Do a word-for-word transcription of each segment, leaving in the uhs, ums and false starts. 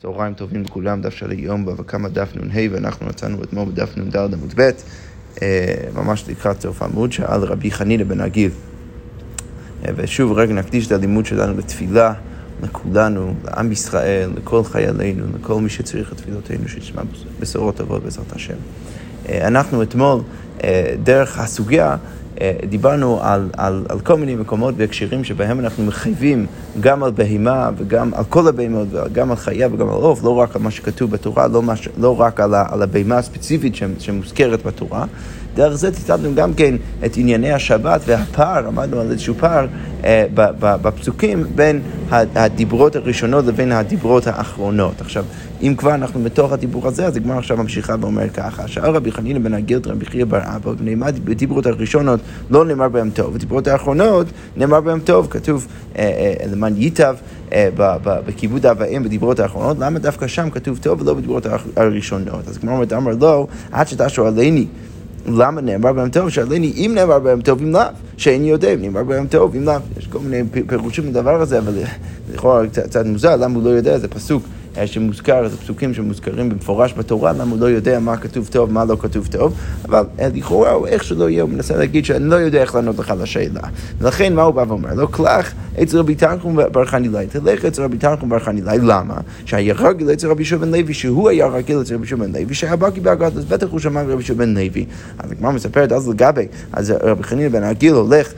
צהריים טובים לכולם, דף של היום וכמה דף נ"ה, ואנחנו נצאנו אתמול בדף נ"ד עמוד ב', ממש לקראת סוף העמוד, שעל רבי חנינא בן עגיל. ושוב רגע נקדיש את הלימוד שלנו לתפילה, לכולנו, לעם ישראל, לכל חיילינו, לכל מי שצריך את תפילותינו, שישמע בשורות טובות בעזרת השם. אנחנו אתמול, דרך הסוגיה, דיברנו על, על, על כל מיני מקומות והקשרים שבהם אנחנו מחייבים גם על בהימה וגם על כל הבהימות, גם על חיה וגם על עוף, לא רק על מה שכתוב בתורה, לא, מש, לא רק על, ה, על הבהימה הספציפית שמוזכרת בתורה. דרך זה תצטטנו גם כן את ענייני השבת והפער, עמדנו על איזשהו פער אה, בפסוקים בין הדיברות הראשונות לבין הדיברות האחרונות. עכשיו, אם כבר אנחנו בתוך הדיבור הזה, אז הגמרא עכשיו ממשיכה ואומר ככה, שאל רבי חנינא בן עגיל רבי חייא בר אבא, ונאמר בדיברות הראשונות לא נאמר בהם טוב, בדיברות האחרונות נאמר בהם טוב, כתוב אה, אה, למען ייטב אה, בכיבוד אב ואם בדיברות האחרונות, למה דווקא שם כתוב טוב ולא בדיברות הראשונות? אז הגמרא אומרת, אמר לו, עד שתשאל עליני, למה נאמר בהם טוב? שאלני אם נאמר בהם טוב אם לאו, שאיני יודע אם נאמר בהם טוב אם לאו. יש כל מיני פירושים לדבר הזה, אבל לכאורה קצת מוזר, למה הוא לא יודע? זה פסוק שמוזכר, זה פסוקים שמוזכרים במפורש בתורה, למה הוא לא יודע מה כתוב טוב, מה לא כתוב טוב, אבל לכאורה הוא איך שלא יהיה, הוא מנסה להגיד שאני לא יודע איך לענות לך לשאלה. ולכן מה הוא בא ואומר? לא כלך אצל רבי תנחום בר חנילאי, תלך אצל רבי תנחום בר חנילאי, למה? שהיה רגיל אצל רבי יהושע בן לוי, שהוא היה רגיל אצל רבי יהושע בן לוי, שהיה בקי בהגות, אז בטח הוא שמע רבי יהושע בן לוי. אז הגמרא מספרת אז לגבי, אז רבי חנינא בן עגיל הולך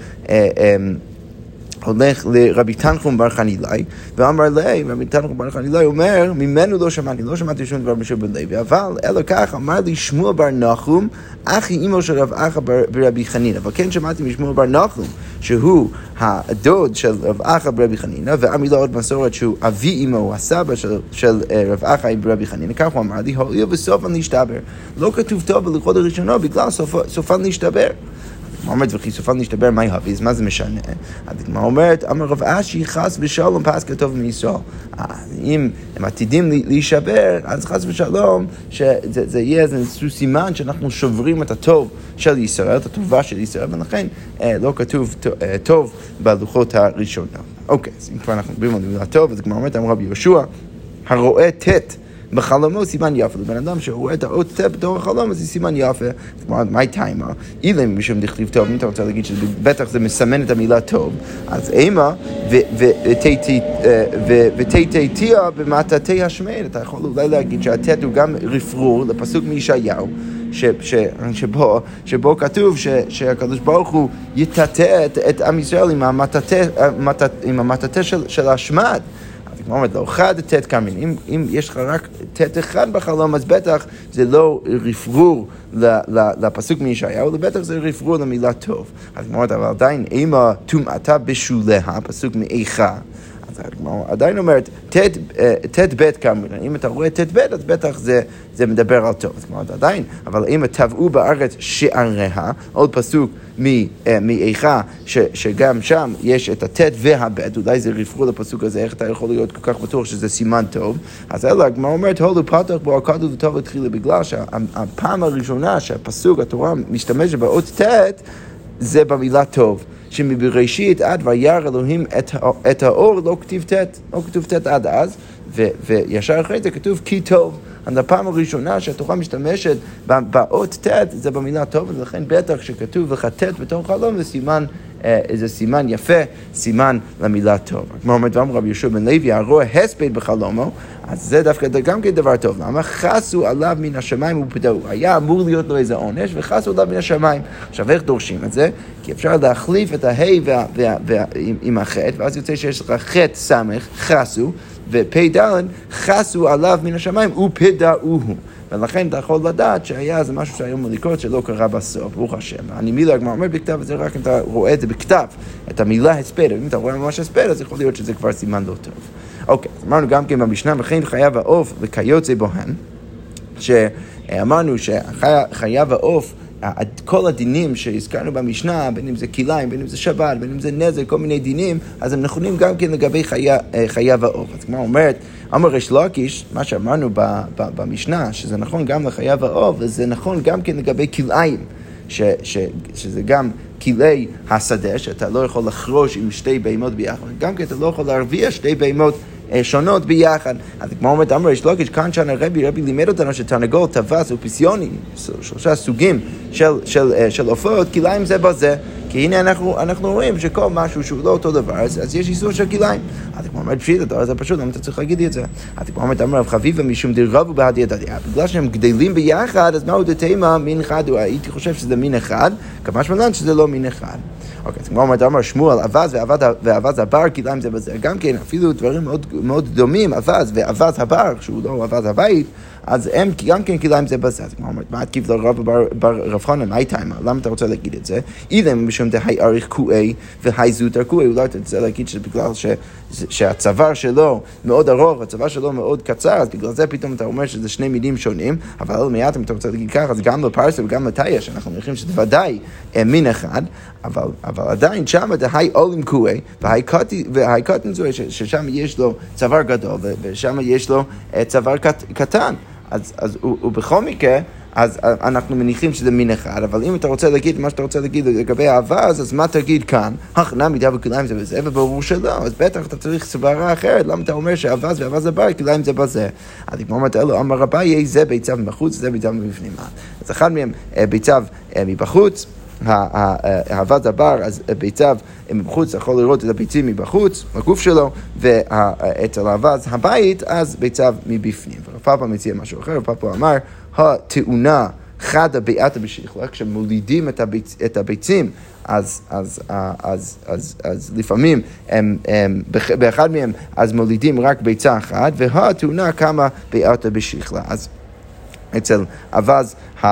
הולך לרבי תנחום בר חנילאי, ואמר לי, רבי תנחום בר חנילאי אומר, ממנו לא שמעתי, לא שמעתי שום דבר בשביל בן לוי, אבל אלא כך אמר לי שמואל בר נחום, אחי אמו של רב אחא ברבי חנינא, אבל כן שמעתי משמואל בר נחום, שהוא הדוד של רב אחא ברבי חנינא, ואמר לו עוד מסורת שהוא אבי אמו, הסבא של, של רב אחא ברבי חנינא, כך הוא אמר לי, הואיל וסופן להשתבר, לא כתוב טוב בלוחות הראשונות, בגלל סופ, סופן להשתבר. מה אומרת, וכי סופן להשתבר, מה יהווה? אז מה זה משנה? מה אומרת, אמר רב אשי חס ושלום פסקה טוב מישראל. אם הם עתידים להישבר, אז חס ושלום, שזה יהיה איזשהו סימן שאנחנו שוברים את הטוב של ישראל, את הטובה של ישראל, ולכן לא כתוב טוב בלוחות הראשונות. אוקיי, אז אם כבר אנחנו מדברים על מילה טוב, אז כמו אומרת, אמר רבי יהושע, הרואה תת בחלומו סימן יפה, לבן אדם שרואה את האות ט' בתור החלום, אז זה סימן יפה. זאת אומרת, מה טיימה? אילם משום דכתיב טוב, אם אתה רוצה להגיד שבטח זה מסמן את המילה טוב, אז אימה ותתתיה במטתי השמד, אתה יכול אולי להגיד שהט' הוא גם רפרור לפסוק מישעיהו, שבו, שבו כתוב שהקדוש ברוך הוא יטאטא את עם ישראל עם המטאטא של השמד. כמו אומרת, לא אחד תת כמין, אם, אם יש לך רק תת אחד בחלום, אז בטח זה לא רפרור לפסוק מישעיהו, ובטח זה רפרור למילה טוב. אז כמו אומרת, אבל עדיין, אימה טומאתה בשוליה, פסוק מאיכה, אז עדיין אומרת, תת בית כמין, אם אתה רואה תת בית, אז בטח זה, זה מדבר על טוב. אז כמו אומרת, עדיין, אבל אם טבעו בארץ שעריה, עוד פסוק מאיכה, שגם שם יש את התת והבית, אולי זה רפרור לפסוק הזה, איך אתה יכול להיות כל כך בטוח שזה סימן טוב, אז אלא, הגמרא אומרת, הולו פתח בו הכתוב וטוב התחילה, בגלל שהפעם הראשונה שהפסוק, התורה משתמשת באות תת, זה במילה טוב. שמבראשית עד וירא אלוהים את, את האור לא כתיב תת, לא כתוב תת עד אז, ו, וישר אחרי זה כתוב כי טוב. אז הפעם הראשונה שהתורה משתמשת באות תת, זה במילה טוב, ולכן בטח שכתוב לך תת בתור חלום, זה סימן, זה סימן יפה, סימן למילה טוב. כמו אומרת ואמר רבי יהושע בן לוי, הרואה הספד בחלומו, אז זה דווקא גם כן דבר טוב. למה? חסו עליו מן השמיים ופדאו. היה אמור להיות לו איזה עונש, וחסו עליו מן השמיים. עכשיו, איך דורשים את זה? כי אפשר להחליף את ההי וה, וה, וה, עם, עם החטא, ואז יוצא שיש לך חטא סמך, חסו, ופי דלן, חסו עליו מן השמיים ופדאוהו. ולכן אתה יכול לדעת שהיה זה משהו שהיום מליקות שלא קרה בסוף, ברוך השם. אני מילה הגמרא אומר בכתב, וזה רק אם אתה רואה את זה בכתב, את המילה הספד, אם אתה רואה ממש הספד, אז יכול להיות שזה כבר סימן לא טוב. אוקיי, אמרנו גם כן במשנה, וכן חיה ועוף וכיוצא בוהן, שאמרנו שחיה ועוף, כל הדינים שהזכרנו במשנה, בין אם זה כליים, בין אם זה שבת, בין אם זה נזק, כל מיני דינים, אז הם נכונים גם כן לגבי חיה, חיה ועוף. אז כמו אומרת, אמר ריש לקיש, מה שאמרנו במשנה, שזה נכון גם לחיה ועוף, וזה נכון גם כן לגבי כליים, ש, ש, שזה גם כלי השדה, שאתה לא יכול לחרוש עם שתי בהמות ביחד, גם כי אתה לא יכול להרוויח שתי בהמות שונות ביחד. אז כמו אומרת אמר יש לוקיש, כאן שנה רבי, רבי לימד אותנו שתרנגול, טווס ופיסיוני, שלושה סוגים של, של, של עופות, כליים זה בזה. כי הנה אנחנו, אנחנו רואים שכל משהו שהוא לא אותו דבר, אז, אז יש איסור של כליים. אז כמו אומרת פשיט, הדבר הזה פשוט, למה אתה צריך להגיד את זה? אז כמו אומרת אמר רב חביבה משום דרבו בהדיה דדיה, בגלל שהם גדלים ביחד, אז מהו דתימה מין אחד, הייתי חושב שזה מין אחד, כמשמע לן שזה לא מין אחד. אוקיי, אז כמו אומרת אמר שמואל, אבז ואבז הבר, כליים זה בזה. גם כן, אפילו דברים מאוד, מאוד דומים, אבז ואבז הבר, שהוא לא אבז הבית, אז הם גם כן כליים זה בזה. אז כמו אומרת, מה תקיף לרב בר חנן, מהי תימה? למה אתה רוצה להגיד את זה? אילם משום דהי אריך קואי והי זוטר קואי, אולי אתה רוצה להגיד שבגלל ש, שהצוואר שלו מאוד ארוך, הצוואר שלו מאוד קצר, אז בגלל זה פתאום אתה אומר שזה שני מילים שונים, אבל מיד אם אתה רוצה להגיד ככה, אז גם לפרסה וגם לתאיה, שאנחנו מניחים שזה ודאי מין אחד, אבל, אבל עדיין שם דהי אולים קואי והי קטן זוהי, ששם יש לו צוואר גדול ושם יש לו צוואר קטן. אז, אז הוא, הוא בכל מקרה, אז אנחנו מניחים שזה מין אחד, אבל אם אתה רוצה להגיד מה שאתה רוצה להגיד לגבי האבז, אז מה תגיד כאן? הכנה מידה וכליים זה בזה, וברור שלא, אז בטח אתה צריך סברה אחרת, למה אתה אומר שאבז ואבז הבר, כליים זה בזה? אז כמו אומרת אלו, אמר רבה, יהיה זה ביצב מבחוץ, זה ביצב מבפנים. אז אחד מהם ביצב מבחוץ, האבז הבר, אז ביציו מבחוץ, יכול לראות את הביצים מבחוץ, בגוף שלו, ואצל האבז הבית, אז ביציו מבפנים. ורב פאפא מציע משהו אחר, רב פאפא אמר, התאונה חדה ביעתה בשכלה, כשמולידים את, הביצ, את הביצים, אז, אז, אז, אז, אז, אז לפעמים הם, הם, באחד מהם אז מולידים רק ביצה אחת, והתאונה כמה ביעתה בשכלה. אז אצל אבז,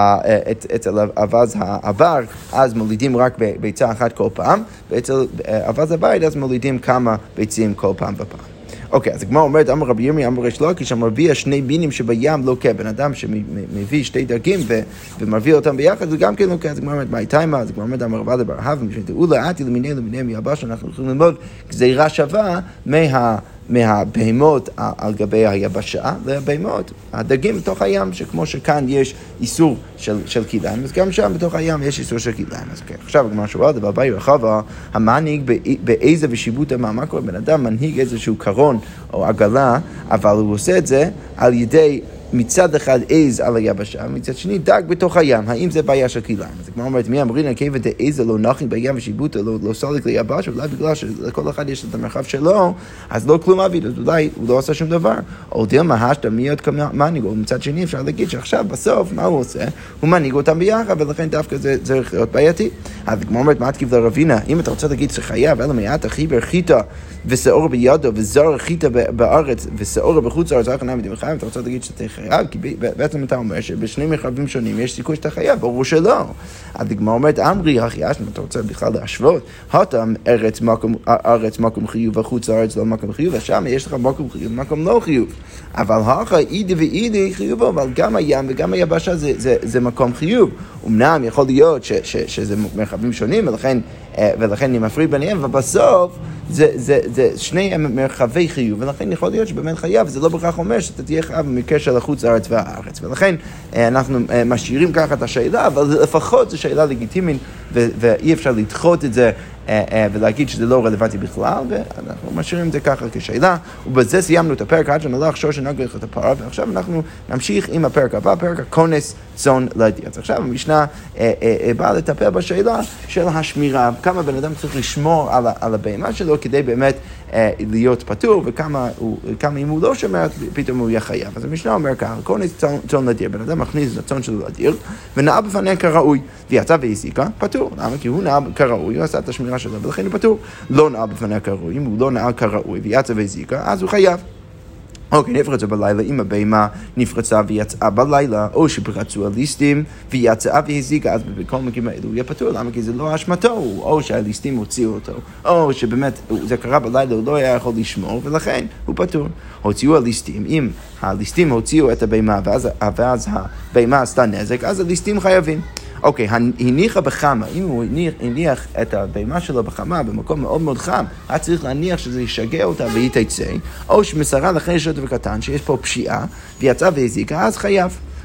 אצל אבז הבר, אז מולידים רק ביצה אחת כל פעם, ואצל אבז הבית, אז מולידים כמה ביצים כל פעם ופעם. אוקיי, אז הגמרא אומרת, אמר רבי ירמיה, אמר ריש לקיש, שמרביע שני מינים שבים לוקה, בן אדם שמביא שתי דגים ומרביע אותם ביחד, זה גם כן לוקה, אז הגמרא אומרת, מה איתיימה? אז הגמרא אומרת, אמר רבא דבר הב, משתדעו לאתי למיני למיני מיבש, אנחנו יכולים ללמוד גזירה שווה מה... מהבהמות על גבי היבשה, והבהמות, הדגים בתוך הים, שכמו שכאן יש איסור של, של כליים, אז גם שם בתוך הים יש איסור של כליים. אז כן, עכשיו כמו שהוא אמר, באביי רחבה, המנהיג באיזה ושיבוט המה, מה קורה? בן אדם מנהיג איזשהו קרון או עגלה, אבל הוא עושה את זה על ידי מצד אחד עז על היבשה, מצד שני דג בתוך הים. האם זה בעיה של כליים? אז כמו אומרת, מי אמרין, כיוון דעז לא נחים בים ושיבוט, לא, לא סולק ליבש, אולי בגלל שלכל אחד יש את המרחב שלו, אז לא כלום אביד, אז אולי הוא לא עושה שום דבר. או דילמה השתא מי עוד כמנהיג, או מצד שני אפשר להגיד שעכשיו בסוף מה הוא עושה? הוא מנהיג אותם ביחד, ולכן דווקא זה צריך להיות בעייתי. אז כמו אומרת, מה תקיף לרבינה? אם אתה רוצה להגיד שחייב, אלא מעט חיבר חיטה ושאור בידו וזר חיטה בארץ ושאור בחוץ לארץ, אתה רוצה להגיד שאתה חייב, כי בעצם אתה אומר שבשני מרחבים שונים יש סיכוי שאתה חייב, ברור שלא. הדגמרא אומרת, אמרי, הכי אשמה, אתה רוצה בכלל להשוות, הותם ארץ מקום, ארץ מקום חיוב, וחוץ לארץ לא מקום חיוב, ושם יש לך מקום חיוב, מקום לא חיוב. אבל הכי אידי ואידי חיוב, אבל גם הים וגם היבשה זה, זה, זה מקום חיוב. אמנם יכול להיות ש, ש, שזה מרחבים שונים, ולכן, ולכן אני מפריד ביניהם, ובסוף זה, זה, זה שני מרחבי חיוב, ולכן יכול להיות שבאמת חייב, זה לא בכך אומר שאתה תהיה חייב במקרה של החוץ לארץ והארץ. ולכן אנחנו משאירים ככה את השאלה, אבל לפחות זו שאלה לגיטימית, ואי אפשר לדחות את זה ולהגיד שזה לא רלוונטי בכלל, ואנחנו משאירים את זה ככה כשאלה, ובזה סיימנו את הפרק עד שנלך שור שנגח את הפרה, ועכשיו אנחנו נמשיך עם הפרק הבא, פרק הכונס צאן לדי. אז עכשיו המשנה באה לטפל בשאלה של השמירה, כמה בן אדם צריך לשמור על, על הבהמה שלו כדי באמת להיות פטור, וכמה הוא, כמה אם הוא לא שומר, פתאום הוא יהיה חייב. אז המשנה אומר ככה, כונס צאן לדיר, בן אדם מכניס את הצאן שלו לדיר, ונעה בפניה כראוי, ויצא והזיקה, פטור. למה? כי הוא נעה כראוי, הוא עשה את השמירה שלו, ולכן הוא פטור. לא נעה בפניה כראוי, אם הוא לא נעה כראוי, ויצא והזיקה, אז הוא חייב. אוקיי, נפרצה בלילה, אם הבהמה נפרצה ויצאה בלילה, או שפרצו הליסטים ויצאה והזיקה, אז בכל מקרים האלו הוא יהיה פטור. למה? כי זה לא אשמתו, או שהליסטים הוציאו אותו, או שבאמת זה קרה בלילה, הוא לא היה יכול לשמור, ולכן הוא פטור. הוציאו הליסטים, אם הליסטים הוציאו את הבהמה, ואז, ואז הבהמה עשתה נזק, אז הליסטים חייבים. אוקיי, הניחה בחמה, אם הוא הניח, הניח את הבהמה שלו בחמה במקום מאוד מאוד חם, היה צריך להניח שזה ישגע אותה והיא תצא, או שמסרה לכן יש עוד וקטן שיש פה פשיעה, ויצאה והזיקה, אז חייב.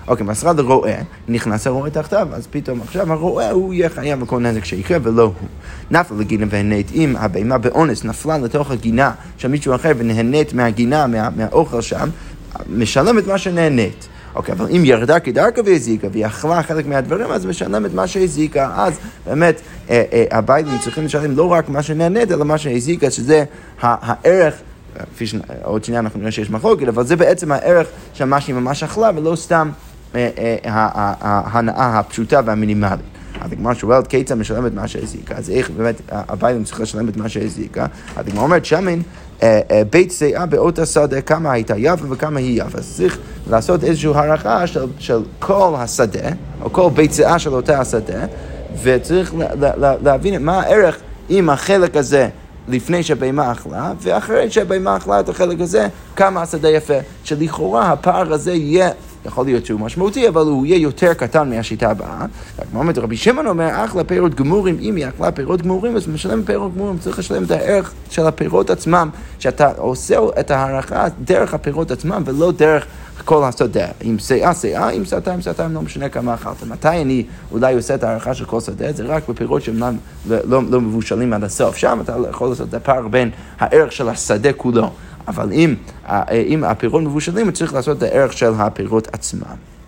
אוקיי, מסרה לרועה, נכנס הרועה תחתיו, אז פתאום עכשיו הרועה הוא יהיה חייב בכל נזק שיקרה ולא הוא. נפל לגינה והנית, אם הבהמה באונס נפלה לתוך הגינה של מישהו אחר ונהנית מהגינה, מה, מהאוכל שם, משלם את מה שנהנית. אוקיי, אבל אם ירדה כדרכה והזיקה והיא אכלה חלק מהדברים, אז משלם את מה שהזיקה. אז באמת הבעלים צריכים לשלם לא רק מה שנהנית, אלא מה שהזיקה, שזה הערך, כפי שעוד שנייה אנחנו נראה שיש מחלוקת, אבל זה בעצם הערך של מה שהיא ממש אכלה, ולא סתם ההנאה הפשוטה והמינימלית. אז הגמרא שואלת כיצד משלמת מה שהזיקה, אז איך באמת הבעלים צריך לשלם את מה שהזיקה? אז הגמרא אומרת שמן בית שאה באותה שדה, כמה הייתה יפה וכמה היא יפה. אז צריך לעשות איזושהי הערכה של, של כל השדה, או כל בית שאה של אותה השדה, וצריך לה, לה, להבין מה הערך עם החלק הזה לפני שהבהמה אכלה, ואחרי שהבהמה אכלה את החלק הזה, כמה השדה יפה. שלכאורה הפער הזה יהיה, יכול להיות שהוא משמעותי, אבל הוא יהיה יותר קטן מהשיטה הבאה. כמו אומרת, רבי שמעון אומר, אכלה פירות גמורים, אם היא אכלה פירות גמורים, אז משלם פירות גמורים, צריך לשלם את הערך של הפירות עצמם, שאתה עושה את הערכה דרך הפירות עצמם, ולא דרך כל השדה. אם שאה, שאה, אם סעתה, אם סעתה, לא משנה כמה אכלת. מתי אני אולי עושה את הערכה של כל שדה? זה רק בפירות שהם לא, לא, לא מבושלים עד הסוף. שם אתה יכול לעשות את הפער בין הערך של השדה כולו. אבל אם, אם הפירות מבושלים, צריך לעשות את הערך של הפירות עצמם.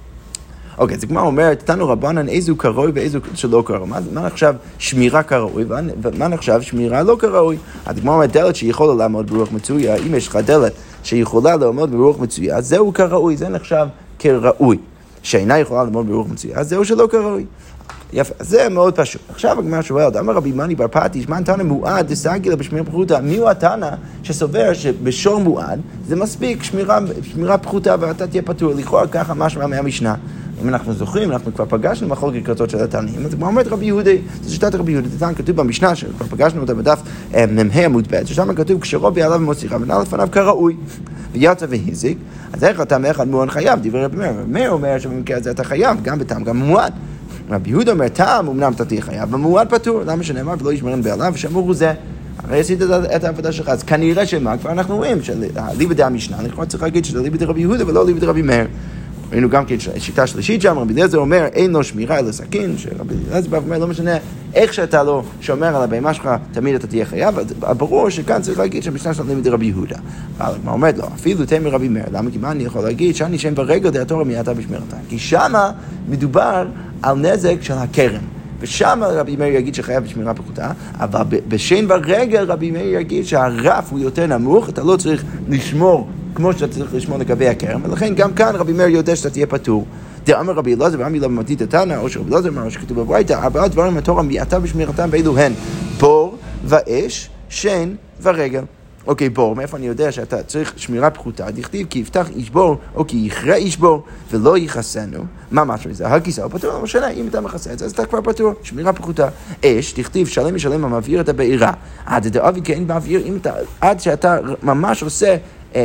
אוקיי, אז כמו אומרת, תנו רבנן איזו קרוי ואיזו שלא קרוי. מה, מה נחשב שמירה קרוי ומה נחשב שמירה לא קרוי? אז כמו אומרת, דלת שיכולה לעמוד ברוח מצויה, אם יש לך דלת שיכולה לעמוד ברוח מצויה, אז זהו קרוי, זה נחשב כראוי. שאינה יכולה לעמוד ברוח מצויה, אז זהו שלא קרוי. יפה, זה מאוד פשוט. עכשיו הגמרא שואלת, אמר רבי מני בר פטיש, מה תנא מועד דסגילה בשמירה פחותה? מי הוא התנא שסובר שבשור מועד זה מספיק שמירה, שמירה פחותה ואתה תהיה פטור? לכאורה ככה משמע מהמשנה. אם אנחנו זוכרים, אנחנו כבר פגשנו מחלוקת כזאת של התנאים, אז כמו אומרת רבי יהודה, זה שיטת רבי יהודה, זה כתוב במשנה, שכבר פגשנו אותה בדף מ"ה עמוד ב', ששם כתוב, כשרובי עליו ומוסיכה, ונע לפניו כראוי, ויצא והזיק, אז איך אתה מאחד מועד חייב? דברי רבי מאיר, מאיר אומר שבמקרה הזה אתה חייב, גם בטעם, גם במועד. רבי יהודה אומר, טעם, אמנם אתה תהיה חייב, במועד פטור, למה שנאמר, ולא ישמרן בעליו, ושאמרו זה. הרי עשית את העבודה שלך, אז כנראה שמה, כבר אנחנו רואים, שליבא דהמשנה, אנחנו צריכים להגיד שזה ליבא דרבי יהודה ולא ליבא דרבי מאיר. ראינו גם כן שיטה שלישית שם, רבי אליעזר אומר, אין לו שמירה אלא סכין, שרבי אליעזר בא ואומר, לא משנה איך שאתה לא שומר על הבהמה שלך, תמיד אתה תהיה חייב, ברור שכאן צריך להגיד שהמשנה שלנו לימד רבי יהודה. אבל מה עומד לו? אפילו תמי רבי מאיר, למה? כי מה אני יכול להגיד? שאני שם ברגל דעתו מייתה בשמירתה. כי שמה מדובר על נזק של הכרם. ושם רבי מאיר יגיד שחייב בשמירה פחותה, אבל בשן ברגל רבי מאיר יגיד שהרף הוא יותר נמוך, אתה לא צריך לשמור כמו שאתה צריך לשמור לגבי הכרם, ולכן גם כאן רבי מאיר יודע שאתה תהיה פטור. דאמר רבי אלעזר ואמי לא במתית התנא, או שרבי אלעזר אמר שכתוב בברייתא, ארבעה דברים התורה מייתה בשמירתם באלו הן בור ואש, שן ורגל. אוקיי, בור, מאיפה אני יודע שאתה צריך שמירה פחותה? דכתיב כי יפתח איש בור, או כי יכרה איש בור, ולא יכסנו. מה משהו מזה? הכיסא הוא פטור, לא משנה, אם אתה מכסה את זה, אז אתה כבר פטור, שמירה פחותה. אש, דכתיב שלם משלם המבעיר את הבעירה. עד דאבי כאין באוויר, אם אתה, עד שאתה ממש עושה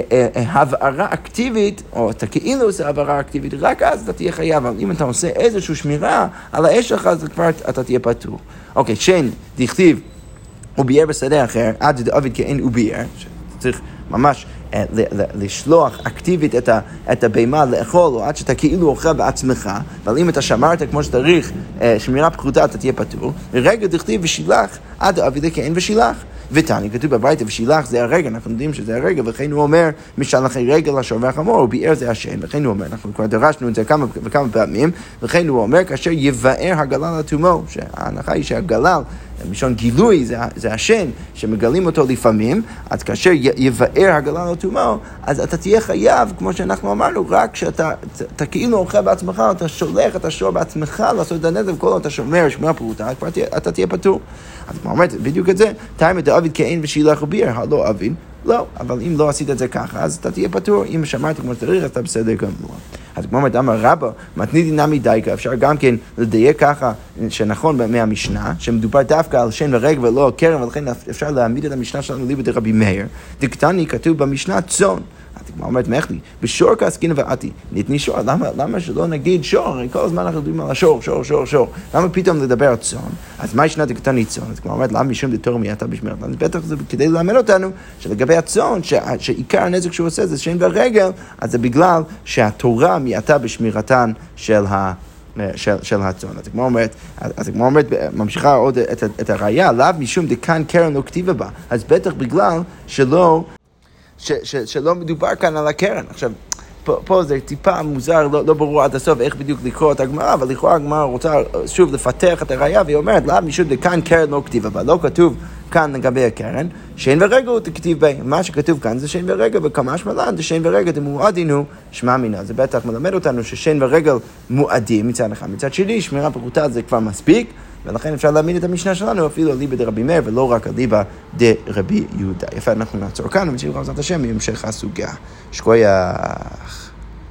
הבערה אקטיבית, או אתה כאילו עושה הבערה אקטיבית, רק אז אתה תהיה חייב, אבל אם אתה עושה איזושהי שמירה על האש שלך, אז כבר אתה תהיה פטור. אוקיי, שן, דכתיב, הוא ביער בשדה אחר, עד דאביד כאין הוא ביער, שצריך ממש לשלוח אקטיבית את הבהמה לאכול, או עד שאתה כאילו אוכל בעצמך, אבל אם אתה שמרת כמו שתריך שמירה פחותה, אתה תהיה פטור. ורגע דכתיב ושילח, עד דאביד כאין ושילח. ותני, כתוב בברייתא ושילח זה הרגל, אנחנו יודעים שזה הרגל, וכן הוא אומר, משלחי רגל לשור והחמור, הוא ביער זה השן, וכן הוא אומר, אנחנו כבר דרשנו את זה כמה וכמה פעמים, וכן הוא אומר, כאשר יבאר הגלל לתומו, שההנחה היא שהגלל, משון גילוי, זה, זה השן, שמגלים אותו לפעמים, אז כאשר יבאר הגלל לתומו, אז אתה תהיה חייב, כמו שאנחנו אמרנו, רק שאתה אתה כאילו אוכל בעצמך, אתה שולח את השור בעצמך לעשות את הנזק, וכל עוד אתה שומר שמירה פחותה, אתה תהיה פטור. אז כמו אומרת, בדיוק את זה, תאמר דאביד כאין ושילח וביער, הלא אבין, לא, אבל אם לא עשית את זה ככה, אז אתה תהיה פטור, אם שמרתי כמו שתריך, אז אתה בסדר גמור. אז כמו אומרת, אמר רבא, מתניתי נמי דייקה, אפשר גם כן לדייק ככה, שנכון מהמשנה, שמדובר דווקא על שן ורגל ולא על כרם, ולכן אפשר להעמיד את המשנה שלנו ליבא דרבי מאיר. דקתני כתוב במשנה צאן. אומרת מחלי, בשור כעסקין ועתי, ניתני שור, למה, למה שלא נגיד שור? הרי כל הזמן אנחנו מדברים על השור, שור, שור, שור. למה פתאום לדבר על צאן? אז מה ישנה דקתני צאן? אז כמו אומרת, למה משום דתור מייתה בשמירת? אז בטח זה כדי ללמד אותנו שלגבי הצאן, שעיקר הנזק שהוא עושה זה שן ורגל, אז זה בגלל שהתורה מייתה בשמירתן של ה... של, של הצאן. אז כמו אומרת, אז כמו אומרת, ממשיכה עוד את, את הראייה, לאו משום דכאן קרן לא כתיבה בה, אז בטח בגלל שלא, ש, ש, שלא מדובר כאן על הקרן. עכשיו, פה, פה זה טיפה מוזר, לא, לא ברור עד הסוף איך בדיוק לקרוא את הגמרא, אבל לכאורה הגמרא רוצה שוב לפתח את הראייה, והיא אומרת, לאו משום דכאן קרן לא כתיבה בה, לא כתוב כאן לגבי הקרן, שן ורגל הוא תכתיב בה. מה שכתוב כאן זה שן ורגל, וכמה שמלן, זה שן ורגל, זה מועדינו, שמע מינה. זה בטח מלמד אותנו ששן ורגל מועדים מצד אחד. מצד שני, שמירה פרוטה זה כבר מספיק, ולכן אפשר להעמיד את המשנה שלנו אפילו על ליבא דרבי מאיר, ולא רק על ליבא דרבי יהודה. יפה, אנחנו נעצור כאן, ונמשיך בעזרת השם בהמשך הסוגיה. שכוייח.